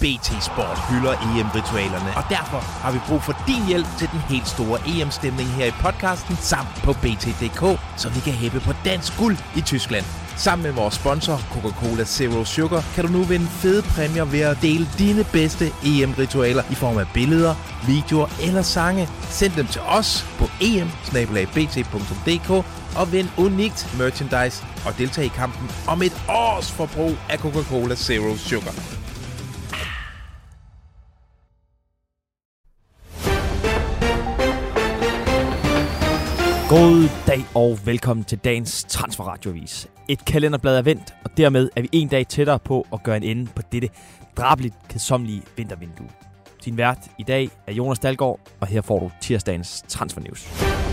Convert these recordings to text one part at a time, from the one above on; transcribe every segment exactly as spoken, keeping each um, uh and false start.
B T Sport hylder E M-ritualerne, og derfor har vi brug for din hjælp til den helt store E M-stemning her i podcasten samt på B T punktum d k, så vi kan hæppe på dansk guld i Tyskland. Sammen med vores sponsor, Coca-Cola Zero Sugar, kan du nu vinde fede præmier ved at dele dine bedste E M-ritualer i form af billeder, videoer eller sange. Send dem til os på em bindestreg b t punktum d k og vind unikt merchandise og deltag i kampen om et års forbrug af Coca-Cola Zero Sugar. God dag og velkommen til dagens Transferradioavis. Et kalenderblad er vendt, og dermed er vi en dag tættere på at gøre en ende på dette drabeligt kedsommelige vintervindue. Din vært i dag er Jonas Dalgaard, og her får du tirsdagens Transfernews.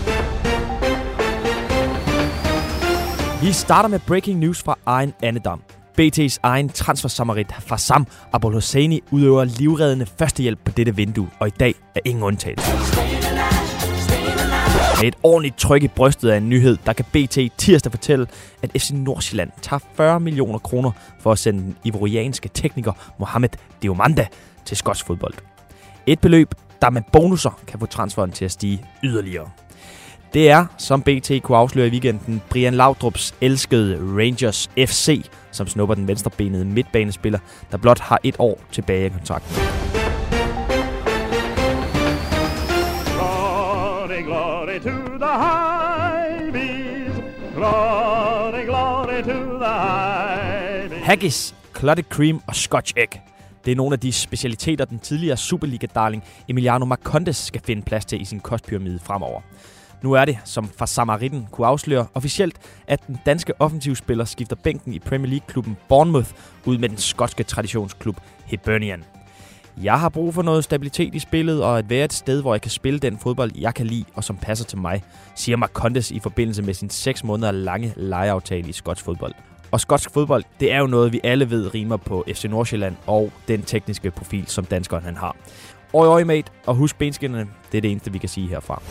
Vi starter med breaking news fra egen andedam. B T's egen transfersamarit Fassam Abolhosseini udøver livreddende førstehjælp på dette vindue, og i dag er ingen undtagelse. Med et ordentligt tryk i brystet af en nyhed, der kan B T tirsdag fortælle, at F C Nordsjælland tager fyrre millioner kroner for at sende den ivorianske tekniker Mohamed Diomande til skotsk fodbold. Et beløb, der med bonusser kan få transferen til at stige yderligere. Det er, som B T kunne afsløre i weekenden, Brian Laudrups elskede Rangers F C, som snupper den venstrebenede midtbanespiller, der blot har et år tilbage i kontrakten. Glory to the high bees. Glory, glory to the high bees. Haggis, clotted cream og scotch egg. Det er nogle af de specialiteter, den tidligere Superliga-darling Emiliano Marcondes skal finde plads til i sin kostpyramide fremover. Nu er det, som Fassamaritten kunne afsløre officielt, at den danske offensivspiller skifter bænken i Premier League-klubben Bournemouth ud med den skotske traditionsklub Hibernian. Jeg har brug for noget stabilitet i spillet og at være et sted, hvor jeg kan spille den fodbold, jeg kan lide og som passer til mig, siger Marcondes i forbindelse med sin seks måneder lange lejeaftale i skotsk fodbold. Og skotsk fodbold, det er jo noget, vi alle ved rimer på F C Nordsjælland og den tekniske profil, som danskeren han har. Oj, oj, mate, og husk benskinnerne, det er det eneste, vi kan sige herfra.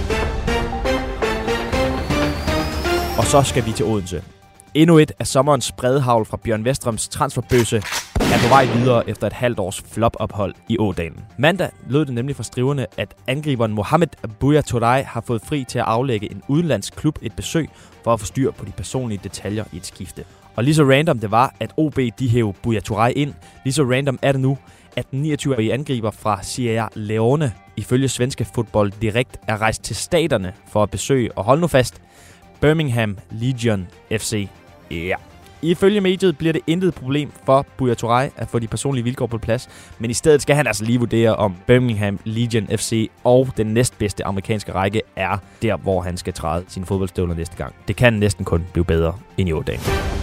Og så skal vi til Odense. Endnu et af sommerens spredhavl fra Bjørn Westrøms transferbøsse er på vej videre efter et halvt års flop-ophold i Ådalen. Mandag lød det nemlig fra skriverne, at angriberen Mohamed Buya Turay har fået fri til at aflægge en udenlandsk klub et besøg for at få styr på de personlige detaljer i et skifte. Og lige så random det var, at O B de hævde Buya Turay ind, lige så random er det nu, at den niogtyve-årige angriber fra Sierra Leone ifølge svenske fodbold direkt er rejst til staterne for at besøge, og hold nu fast, Birmingham Legion F C. Ja. Ifølge mediet bliver det intet problem for Buya Turay at få de personlige vilkår på plads, men i stedet skal han altså lige vurdere, om Birmingham Legion F C og den næstbedste amerikanske række er der, hvor han skal træde sine fodboldstøvler næste gang. Det kan næsten kun blive bedre end i Ådalen.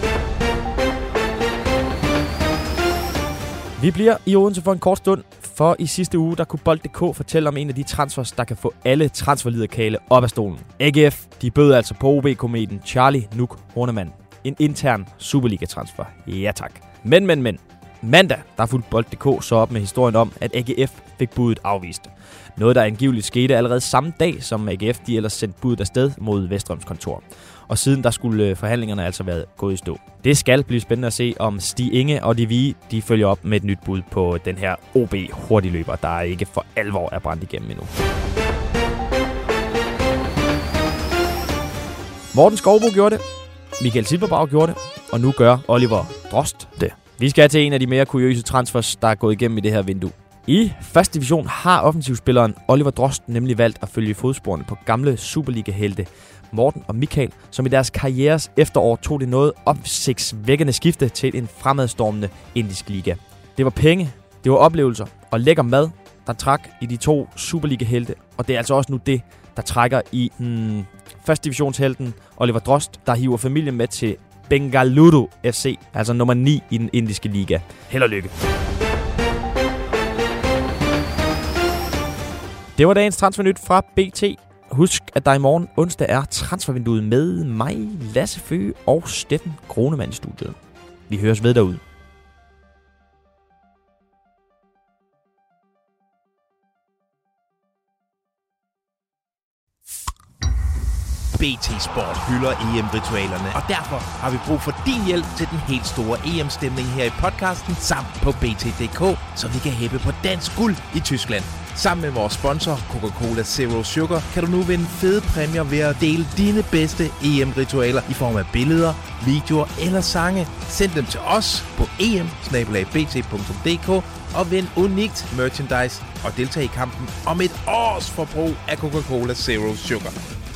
Vi bliver i Odense for en kort stund, for i sidste uge der kunne Bold punktum d k fortælle om en af de transfers, der kan få alle transferliderkale op af stolen. A G F de bød altså på O B-kometen Charlie Nuuk Hornemann. En intern Superliga-transfer. Ja tak. Men, men, men. Mandag, der fulgte Bold punktum d k så op med historien om, at A G F fik budet afvist. Noget, der angiveligt skete allerede samme dag, som A G F de ellers sendte budet afsted mod Westrøms kontor. Og siden der skulle forhandlingerne altså være gået i stå. Det skal blive spændende at se, om Stig Inge og de Vige, de følger op med et nyt bud på den her O B-hurtigløber, der ikke for alvor er brændt igennem endnu. Morten Skovbo gjorde det. Michael Silberbauer gjorde det, og nu gør Oliver Drost det. Vi skal til en af de mere kuriøse transfers, der er gået igennem i det her vindue. I første division har offensivspilleren Oliver Drost nemlig valgt at følge fodsporene på gamle Superliga-helte Morten og Michael, som i deres karrieres efterår tog det noget opsigtsvækkende skifte til en fremadstormende indisk liga. Det var penge, det var oplevelser og lækker mad, der trak i de to Superliga-helte, og det er altså også nu det, der trækker i hmm, første divisionshelten Oliver Drost, der hiver familien med til Bengaluru F C, altså nummer ni i den indiske liga. Held og lykke. Det var dagens transfernyt fra B T. Husk, at der i morgen onsdag er transfervinduet med mig, Lasse Føge og Steffen Gronemann i studiet. Vi høres ved derude. B T Sport hylder E M-ritualerne, og derfor har vi brug for din hjælp til den helt store E M-stemning her i podcasten samt på B T punktum d k, så vi kan hæppe på dansk guld i Tyskland. Sammen med vores sponsor Coca-Cola Zero Sugar kan du nu vinde fede præmier ved at dele dine bedste E M-ritualer i form af billeder, videoer eller sange. Send dem til os på em bindestreg b t punktum d k og vind unikt merchandise og deltag i kampen om et års forbrug af Coca-Cola Zero Sugar.